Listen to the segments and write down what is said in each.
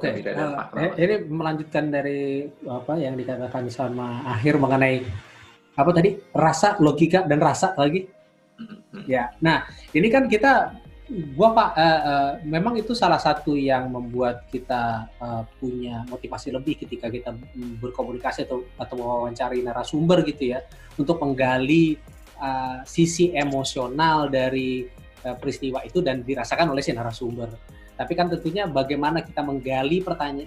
Oke, tidak ada fakta. ini melanjutkan dari apa yang dikatakan sama Akhir mengenai apa tadi, rasa, logika dan rasa lagi. Ya, nah ini kan gua Pak, memang itu salah satu yang membuat kita punya motivasi lebih ketika kita berkomunikasi atau mewawancari narasumber gitu ya, untuk menggali sisi emosional dari peristiwa itu dan dirasakan oleh si narasumber. Tapi kan tentunya bagaimana kita menggali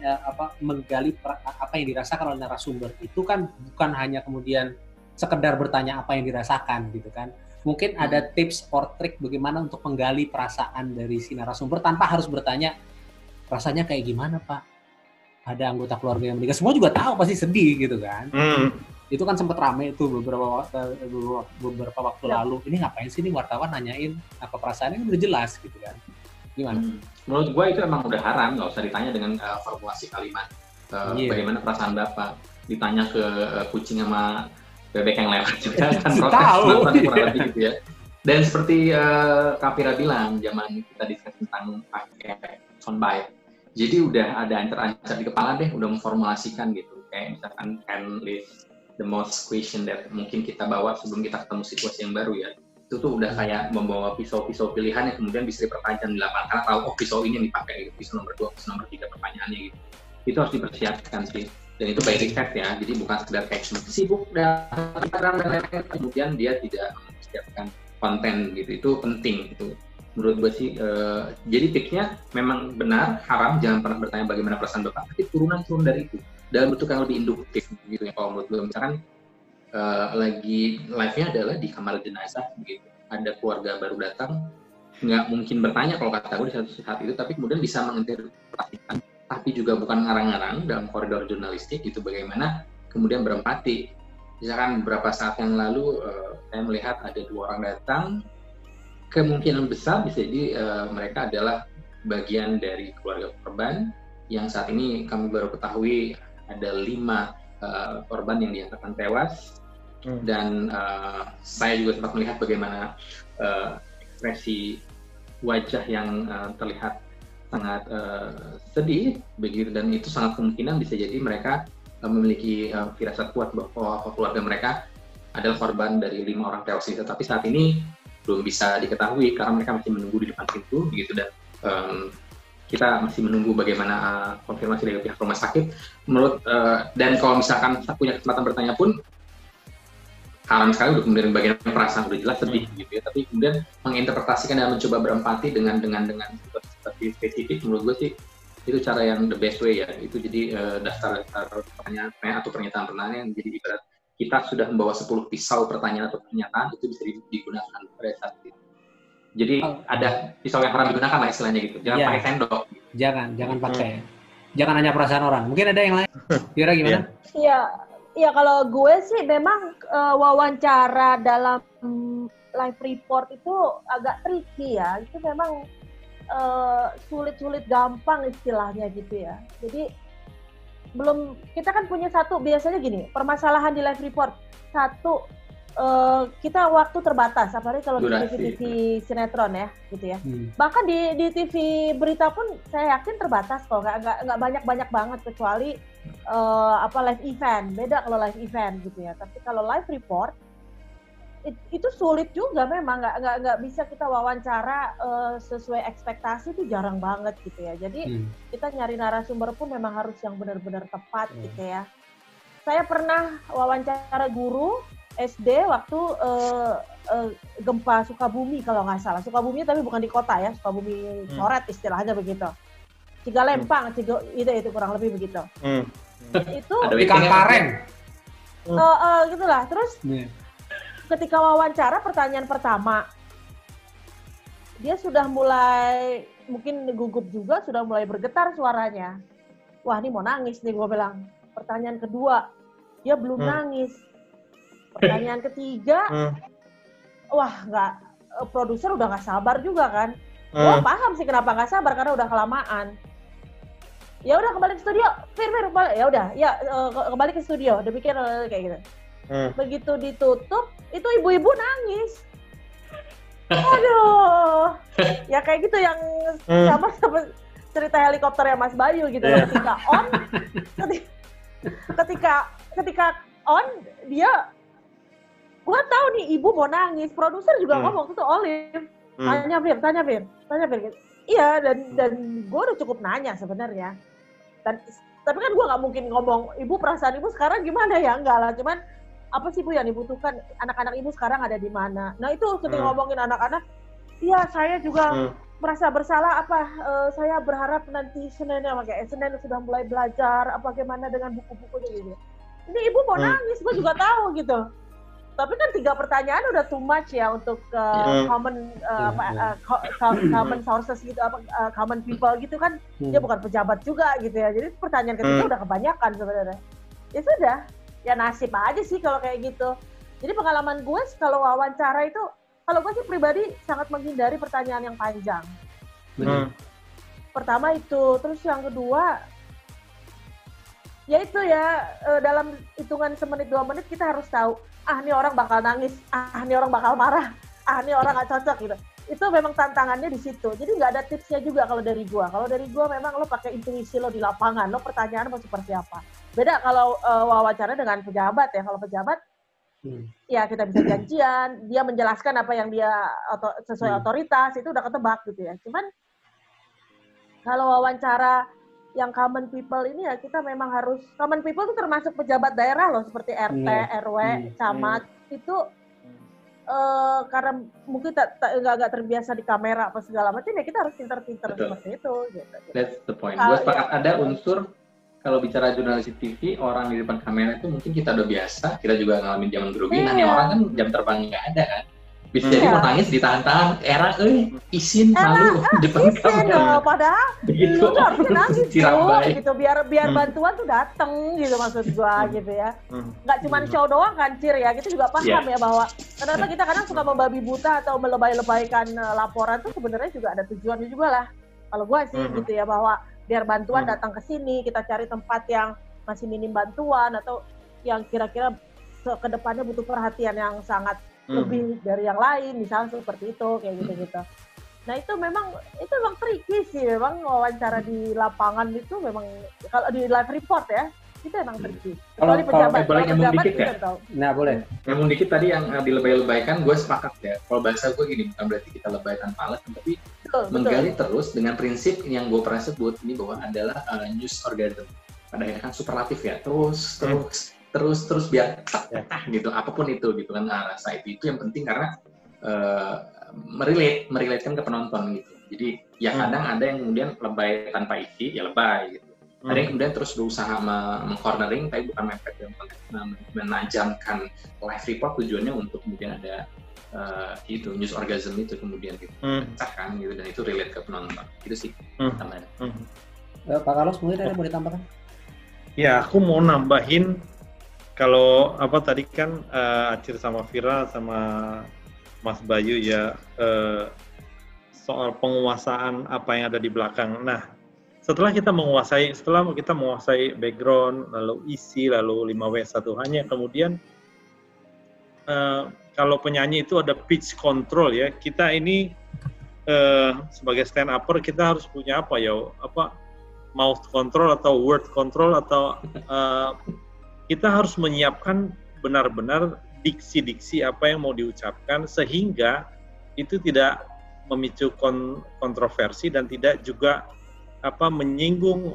apa yang dirasakan oleh narasumber itu kan bukan hanya kemudian sekedar bertanya apa yang dirasakan gitu kan. Mungkin ada tips or trik bagaimana untuk menggali perasaan dari si narasumber tanpa harus bertanya rasanya kayak gimana Pak? Ada anggota keluarga yang meninggal, semua juga tahu pasti sedih gitu kan. Itu kan sempat rame itu beberapa waktu lalu. Ini ngapain sih nih wartawan nanyain apa perasaannya, udah jelas gitu kan. Gimana? Menurut gue itu emang udah haram, nggak usah ditanya dengan formulasi kalimat bagaimana perasaan Bapak. Ditanya ke kucing sama bebek yang lewat juga kan protes kurang lebih gitu ya. Dan seperti Kak bilang, zaman kita diskusi tentang pakai soundbite, jadi udah ada ancar-ancar di kepala deh, udah memformulasikan gitu, kayak misalkan can list the most question that mungkin kita bawa sebelum kita ketemu situasi yang baru ya. Itu tuh udah kayak membawa pisau-pisau pilihan yang kemudian bisa diperpanjang di lapangan, karena tahu pisau ini yang dipakai gitu, pisau nomor 2, pisau nomor 3 pertanyaannya gitu. Itu harus dipersiapkan sih. Dan itu by riset ya, jadi bukan sekedar kayak sibuk dan lain-lain, kemudian dia tidak mempersiapkan konten gitu, itu penting itu menurut gue sih. Jadi tipsnya memang benar, haram, jangan pernah bertanya bagaimana perasaan Bapak, tapi turun dari itu dalam bentuk yang lebih induktif gitu ya. Kalau menurut gue misalkan lagi live-nya adalah di kamar jenazah gitu, ada keluarga baru datang, nggak mungkin bertanya kalau kata gue di saat itu, tapi kemudian bisa menginterpretasikan, tapi juga bukan ngarang-ngarang dalam koridor jurnalistik gitu, bagaimana kemudian berempati. Misalkan beberapa saat yang lalu saya melihat ada 2 orang datang, kemungkinan besar bisa jadi mereka adalah bagian dari keluarga korban, yang saat ini kami baru ketahui ada 5 korban yang dinyatakan tewas. Dan saya juga sempat melihat bagaimana ekspresi wajah yang terlihat sangat sedih begitu, dan itu sangat kemungkinan bisa jadi mereka memiliki firasat kuat bahwa keluarga mereka adalah korban dari 5 orang tewas itu. Tapi saat ini belum bisa diketahui karena mereka masih menunggu di depan pintu begitu, dan kita masih menunggu bagaimana konfirmasi dari pihak rumah sakit. Dan kalau misalkan punya kesempatan bertanya pun haram sekali udah kemudian bagian perasaan udah jelas sedih gitu ya, tapi kemudian menginterpretasikan dan mencoba berempati dengan seperti spesifik, menurut gue sih itu cara yang the best way ya. Itu jadi daftar pertanyaan atau pernyataan yang jadi ibarat kita sudah membawa 10 pisau pertanyaan atau pernyataan, itu bisa digunakan pada saat itu. Jadi ada pisau yang haram digunakan lah istilahnya gitu, jangan pakai sendok gitu. Jangan pakai, jangan hanya perasaan orang. Mungkin ada yang lain, Kira gimana? Iya, kalau gue sih memang wawancara dalam live report itu agak tricky ya. Itu memang sulit-sulit gampang istilahnya gitu ya. Jadi kita kan punya biasanya gini, permasalahan di live report. Satu, kita waktu terbatas, apalagi kalau di TV sinetron ya gitu ya. Bahkan di TV berita pun saya yakin terbatas kok, nggak banyak banget, kecuali live event. Beda kalau live event gitu ya. Tapi kalau live report itu sulit juga, memang nggak bisa kita wawancara sesuai ekspektasi, itu jarang banget gitu ya. Jadi kita nyari narasumber pun memang harus yang benar-benar tepat gitu ya. Saya pernah wawancara guru SD waktu gempa Sukabumi kalau nggak salah. Sukabumi tapi bukan di kota ya, Sukabumi coret istilahnya begitu. Cigalempang, itu kurang lebih begitu. Itu ikan pareng. Gitulah. Terus ketika wawancara pertanyaan pertama, dia sudah mulai mungkin gugup juga, sudah mulai bergetar suaranya. Wah, ini mau nangis nih, gue bilang. Pertanyaan kedua, dia belum nangis. Pertanyaan ketiga, wah produser udah nggak sabar juga kan. Gue paham sih kenapa nggak sabar, karena udah kelamaan. Ya udah kembali ke studio, Fir, ya udah, kembali ke studio, demikian kayak gitu. Begitu ditutup, itu ibu-ibu nangis. Aduh, ya kayak gitu yang sama cerita helikopternya Mas Bayu gitu loh. Ketika on, ketika on dia, gua tahu nih ibu mau nangis, produser juga ngomong itu Olive, tanya Fir, gitu. Iya, dan gue udah cukup nanya sebenarnya. Tapi kan gue nggak mungkin ngomong, ibu perasaan ibu sekarang gimana ya? Enggak lah, cuman apa sih Bu yang dibutuhkan? Anak-anak ibu sekarang ada di mana? Nah itu ketika ngomongin anak-anak, iya saya juga merasa bersalah saya berharap nanti Senin sudah mulai belajar, bagaimana dengan buku-bukunya gitu. Ini ibu mau nangis, gue juga tahu gitu. Tapi kan 3 pertanyaan udah too much ya untuk common sources gitu, common people gitu kan. Dia bukan pejabat juga gitu ya. Jadi pertanyaan ketiga udah kebanyakan sebenarnya. Ya sudah, ya nasib aja sih kalau kayak gitu. Jadi pengalaman gue kalau wawancara itu, kalau gue sih pribadi sangat menghindari pertanyaan yang panjang. Pertama itu, terus yang kedua, ya itu ya dalam hitungan semenit 2 menit kita harus tahu, ini orang bakal nangis, ini orang bakal marah, ini orang nggak cocok gitu. Itu memang tantangannya di situ. Jadi nggak ada tipsnya juga kalau dari gua. Kalau dari gua memang lo pakai intuisi lo di lapangan, lo pertanyaan mau seperti apa. Beda kalau wawancara dengan pejabat ya. Kalau pejabat, ya kita bisa janjian, dia menjelaskan apa yang dia sesuai otoritas, itu udah ketebak gitu ya. Cuman kalau wawancara yang common people ini ya kita memang harus, common people itu termasuk pejabat daerah loh, seperti RT, RW, camat, itu karena mungkin nggak terbiasa di kamera apa segala macam ya kita harus pinter-pinter seperti itu. Gitu. That's the point. Gue sepakat ada unsur, kalau bicara jurnalistik TV, orang di depan kamera itu mungkin kita udah biasa, kita juga ngalamin zaman grogi, nih orang kan jam terbang nggak ada kan. Bisa jadi mau nangis ditahan-tahan, izin malu depan kamera. Padahal lu harusnya nangis gitu, biar bantuan tuh dateng gitu maksud gua gitu ya. Nggak cuma show doang kan Cir ya, kita juga paham ya bahwa kenapa kita kadang suka membabi buta atau melebay-lebaykan laporan tuh sebenarnya juga ada tujuannya juga lah. Kalau gua sih gitu ya, bahwa biar bantuan datang ke sini, kita cari tempat yang masih minim bantuan atau yang kira-kira ke depannya butuh perhatian yang sangat lebih dari yang lain, misalnya seperti itu, kayak gitu-gitu. Nah itu memang tricky sih, memang wawancara di lapangan itu memang, kalau di live report ya, itu emang tricky. Kalau boleh nyambung dikit ya? Nah boleh. Nyambung dikit tadi yang dilebay-lebaykan, gue sepakat ya. Kalau bahasa gue gini, bukan berarti kita lebay tanpa alasan, tapi menggali terus dengan prinsip yang gue pernah sebut ini bahwa adalah news orgasm. Pada akhirnya kan superlatif ya, terus biar gitu, apapun itu gitu kan, rasa itu yang penting karena merelatekan ke penonton gitu. Jadi ya kadang ada yang kemudian lebay tanpa isi, ya lebay gitu. Ada yang kemudian terus berusaha meng-cornering tapi bukan mepet, menajamkan live report tujuannya untuk kemudian ada itu news orgasm itu kemudian gitu, pecahkan gitu, dan itu relate ke penonton. Itu sih tambahan. Pak Carlos mungkin ada yang mau ditambahkan? Ya, aku mau nambahin. Kalau tadi kan Acir sama Vira sama Mas Bayu ya soal penguasaan apa yang ada di belakang. Nah, setelah kita menguasai background, lalu isi, lalu 5W1 hanya, kemudian kalau penyanyi itu ada pitch control ya. Kita ini sebagai stand upper kita harus punya mouth control atau word control atau kita harus menyiapkan benar-benar diksi-diksi apa yang mau diucapkan sehingga itu tidak memicu kontroversi dan tidak juga menyinggung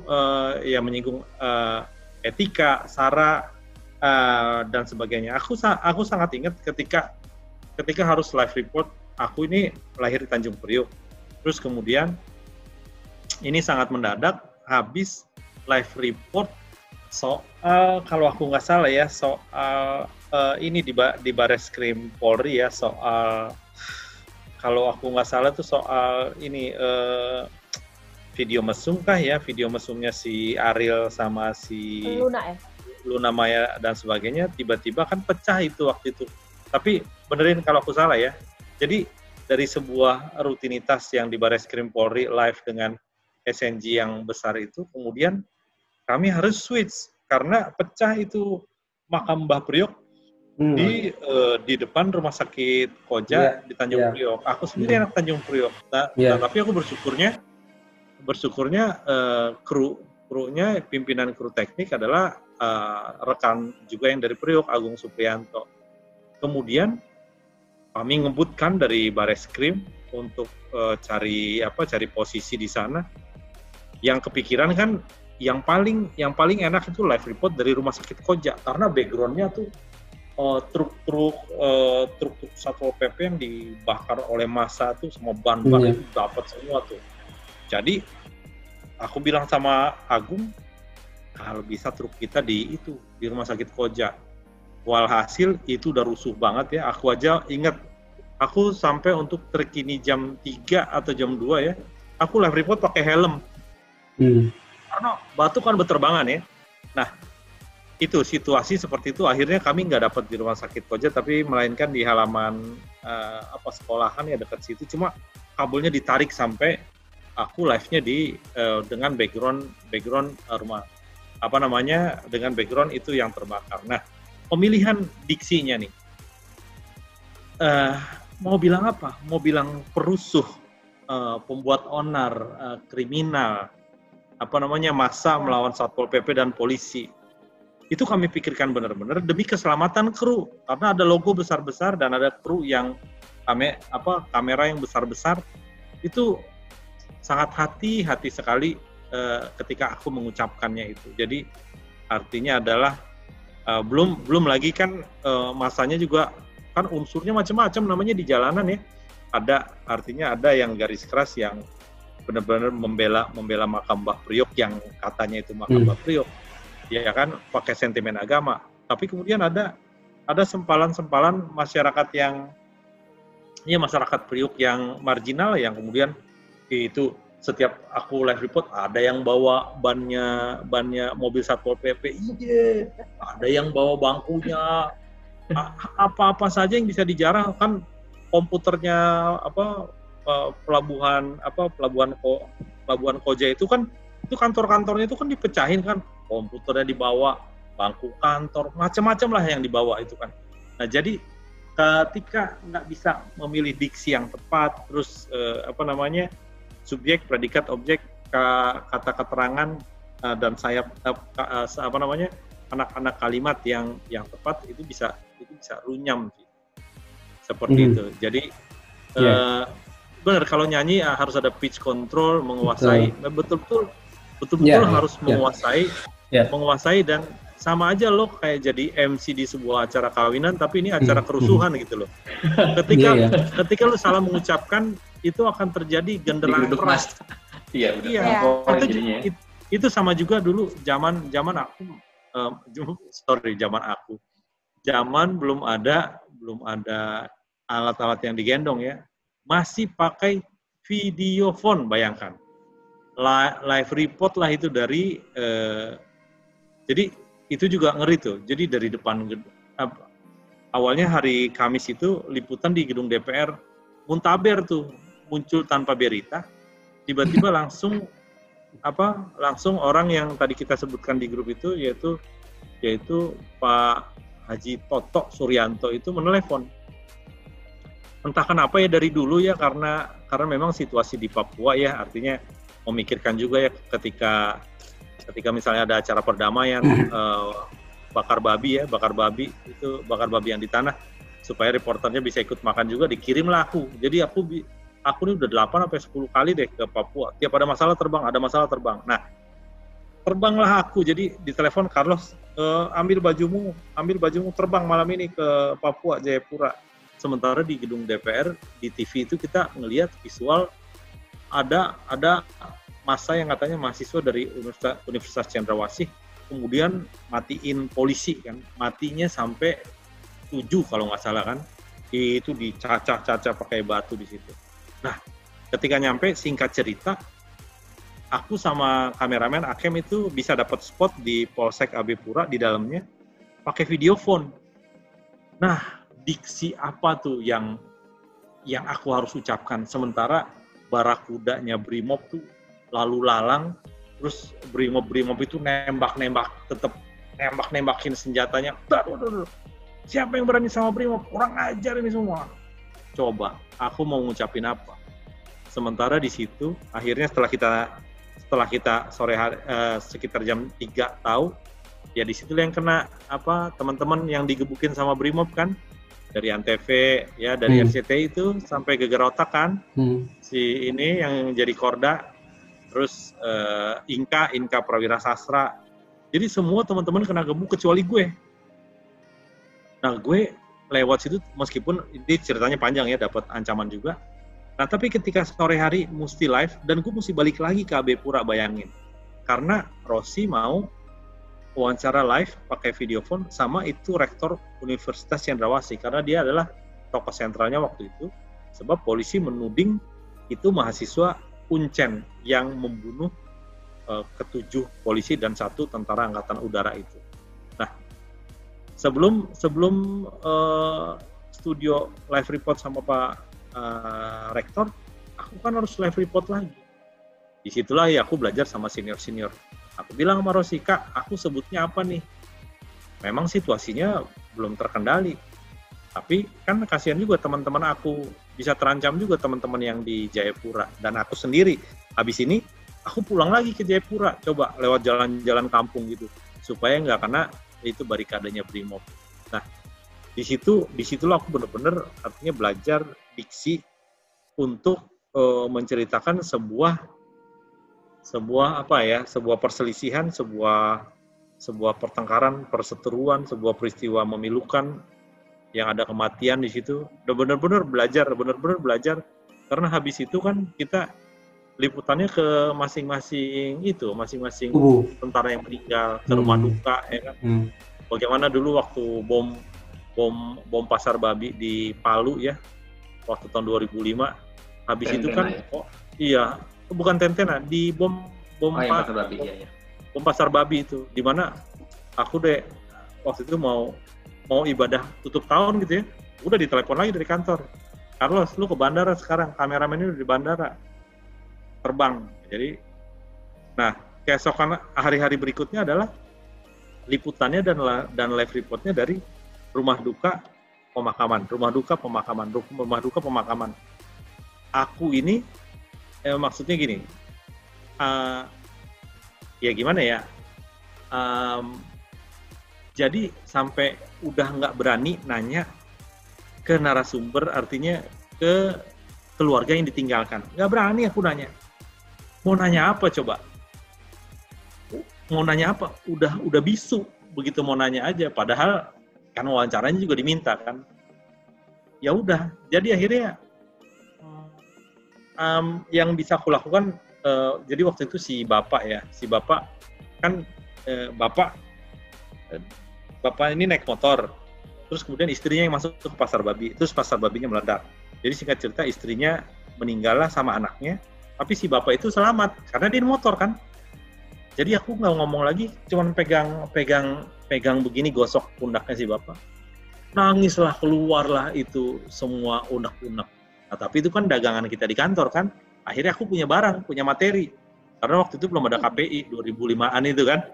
etika, sara dan sebagainya. Aku sangat ingat ketika harus live report. Aku ini lahir di Tanjung Priok, terus kemudian ini sangat mendadak habis live report soal, kalau aku nggak salah ya, soal ini di Bareskrim Polri ya, soal, kalau aku nggak salah tuh soal ini video mesum kah ya, video mesumnya si Ariel sama si Luna Maya dan sebagainya, tiba-tiba kan pecah itu waktu itu. Tapi benerin kalau aku salah ya. Jadi dari sebuah rutinitas yang di Bareskrim Polri live dengan SNG yang besar itu, kemudian kami harus switch karena pecah itu makam Mbah Priok di depan rumah sakit Koja di Tanjung Priok. Aku sendiri anak Tanjung Priok. Tapi aku bersyukurnya bersyukurnya krunya pimpinan kru teknik adalah rekan juga yang dari Priok, Agung Supriyanto. Kemudian kami ngebutkan dari Bareskrim untuk cari posisi di sana. Yang kepikiran kan yang paling enak itu live report dari Rumah Sakit Koja, karena backgroundnya tuh truk Satpol PP yang dibakar oleh massa tuh, semua ban-ban itu dapat semua tuh. Jadi aku bilang sama Agung, kalau bisa truk kita di Rumah Sakit Koja. Walhasil itu udah rusuh banget ya. Aku aja ingat, aku sampai untuk terkini jam 3 atau jam 2 ya, aku live report pakai helm. Karena batu kan berterbangan ya. Nah, itu situasi seperti itu, akhirnya kami nggak dapat di Rumah Sakit Koja, tapi melainkan di halaman sekolahan ya dekat situ. Cuma kabelnya ditarik sampai aku live-nya dengan background dengan background itu yang terbakar. Nah, pemilihan diksinya nih, mau bilang apa? Mau bilang perusuh, pembuat onar, kriminal, massa melawan Satpol PP dan polisi. Itu kami pikirkan benar-benar demi keselamatan kru, karena ada logo besar-besar dan ada kru yang kamera yang besar-besar. Itu sangat hati-hati sekali ketika aku mengucapkannya itu. Jadi artinya adalah belum lagi kan masanya juga kan unsurnya macam-macam namanya di jalanan ya. Artinya ada yang garis keras yang benar-benar membela makam Mbah Priok yang katanya itu makam Mbah Priok. Ya kan, pakai sentimen agama. Tapi kemudian ada sempalan-sempalan masyarakat masyarakat Priok yang marginal, yang kemudian itu setiap aku live report ada yang bawa bannya mobil Satpol PP, ada yang bawa bangkunya, apa-apa saja yang bisa dijarah kan. Komputernya pelabuhan Koja itu kan, itu kantor-kantornya itu kan dipecahin kan, komputernya dibawa, bangku kantor, macam-macam lah yang dibawa itu kan. Nah, jadi ketika nggak bisa memilih diksi yang tepat, terus subjek, predikat, objek, kata keterangan dan anak-anak kalimat yang tepat, itu bisa runyam seperti itu. Jadi benar, kalau nyanyi harus ada pitch control, menguasai, betul-betul harus menguasai, dan sama aja lo kayak jadi MC di sebuah acara kawinan, tapi ini acara kerusuhan gitu loh. Ketika lo salah mengucapkan, itu akan terjadi genderang keras. Iya. Itu sama juga dulu zaman aku. Zaman belum ada alat-alat yang digendong ya. Masih pakai videophone, bayangkan. Live report lah itu dari jadi itu juga ngeri tuh. Jadi dari depan awalnya hari Kamis itu liputan di gedung DPR muntaber tuh, muncul tanpa berita, tiba-tiba langsung orang yang tadi kita sebutkan di grup itu, yaitu Pak Haji Toto Suryanto itu menelepon. Entah kenapa ya, dari dulu ya, karena memang situasi di Papua ya, artinya memikirkan juga ya ketika misalnya ada acara perdamaian, bakar babi yang di tanah, supaya reporternya bisa ikut makan juga, dikirimlah aku. Jadi aku ini udah 8 sampai 10 kali deh ke Papua. Tiap ada masalah terbang. Nah, terbanglah aku. Jadi ditelepon, Carlos, ambil bajumu terbang malam ini ke Papua, Jayapura. Sementara di gedung DPR, di TV itu kita ngelihat visual ada massa yang katanya mahasiswa dari Universitas Cendrawasih, kemudian matiin polisi kan, matinya sampai 7 kalau nggak salah kan, itu dicacah-cacah pakai batu di situ. Nah, ketika nyampe, singkat cerita, aku sama kameramen Akem itu bisa dapat spot di Polsek AB Pura di dalamnya pakai videophone. Nah, diksi apa tuh yang aku harus ucapkan, sementara barakudanya Brimob tuh lalu lalang, terus Brimob itu nembakin senjatanya. Siapa yang berani sama Brimob? Kurang ajar ini semua. Coba, aku mau ngucapin apa? Sementara di situ, akhirnya setelah kita setelah kita sore hari sekitar jam 3 tahu, ya di situ yang kena teman-teman yang digebukin sama Brimob kan, dari Antv ya, dari RCTI itu sampai geger otak kan, si ini yang jadi Korda, terus Inka Prawira Sastra, jadi semua teman-teman kena gebuk kecuali gue. Nah gue lewat situ meskipun ini ceritanya panjang ya, dapat ancaman juga. Nah tapi ketika sore hari mesti live dan gue mesti balik lagi ke AB Pura, bayangin, karena Rossi mau wawancara live pakai videophone sama itu rektor Universitas Cendrawasih, karena dia adalah tokoh sentralnya waktu itu, sebab polisi menuding itu mahasiswa Uncen yang membunuh ke-7 polisi dan 1 tentara angkatan udara itu. Nah sebelum studio live report sama Pak rektor, aku kan harus live report lagi. Disitulah ya aku belajar sama senior-senior. Aku bilang sama Rossi, Kak, aku sebutnya apa nih? Memang situasinya belum terkendali. Tapi kan kasihan juga teman-teman aku, bisa terancam juga teman-teman yang di Jayapura. Dan aku sendiri, habis ini aku pulang lagi ke Jayapura, coba lewat jalan-jalan kampung gitu. Supaya nggak kena itu barikadenya Brimob. Nah, disitulah aku benar-benar artinya belajar diksi untuk menceritakan sebuah perselisihan, sebuah pertengkaran, perseteruan, sebuah peristiwa memilukan yang ada kematian di situ. Benar-benar belajar karena habis itu kan kita liputannya ke masing-masing tentara yang meninggal, ke rumah duka ya kan. Bagaimana dulu waktu bom pasar babi di Palu ya, waktu tahun 2005, habis Tentena, itu kan ya? Bukan Tentena, di bom pasar babi, iya. Bom pasar babi itu, dimana aku waktu itu mau ibadah tutup tahun gitu ya, udah ditelepon lagi dari kantor, Carlos lu ke bandara sekarang, kameramen ini udah di bandara terbang. Jadi nah keesokan hari-hari berikutnya adalah liputannya dan live reportnya dari rumah duka pemakaman. Aku ini maksudnya gini, ya gimana ya, jadi sampai udah nggak berani nanya ke narasumber, artinya ke keluarga yang ditinggalkan. Nggak berani aku nanya. Mau nanya apa coba? Mau nanya apa? Udah bisu begitu mau nanya aja. Padahal kan wawancaranya juga diminta kan. Ya udah. Jadi akhirnya yang bisa aku lakukan, jadi waktu itu si bapak kan bapak ini naik motor, terus kemudian istrinya yang masuk ke pasar babi, terus pasar babinya meledak. Jadi singkat cerita istrinya meninggal lah sama anaknya, tapi si bapak itu selamat karena dia di motor kan. Jadi aku nggak ngomong lagi, cuman pegang begini, gosok pundaknya si bapak. Nangislah, keluarlah itu semua unek-unek. Nah, tapi itu kan dagangan kita di kantor kan. Akhirnya aku punya barang, punya materi. Karena waktu itu belum ada KPI 2005-an itu kan.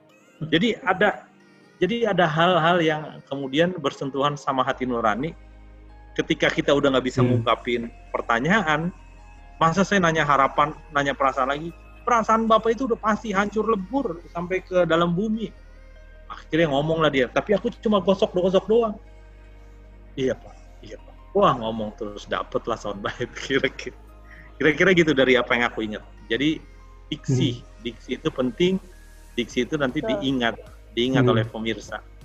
Jadi ada hal-hal yang kemudian bersentuhan sama hati nurani. Ketika kita udah nggak bisa ngungkapin pertanyaan, masa saya nanya harapan, nanya perasaan lagi. Perasaan bapak itu udah pasti hancur lebur sampai ke dalam bumi. Akhirnya ngomong lah dia, tapi aku cuma gosok doang. Iya pak. Wah ngomong terus, dapet lah soundbite kira-kira gitu dari apa yang aku ingat. Jadi diksi itu penting, diksi itu nanti diingat oleh pemirsa.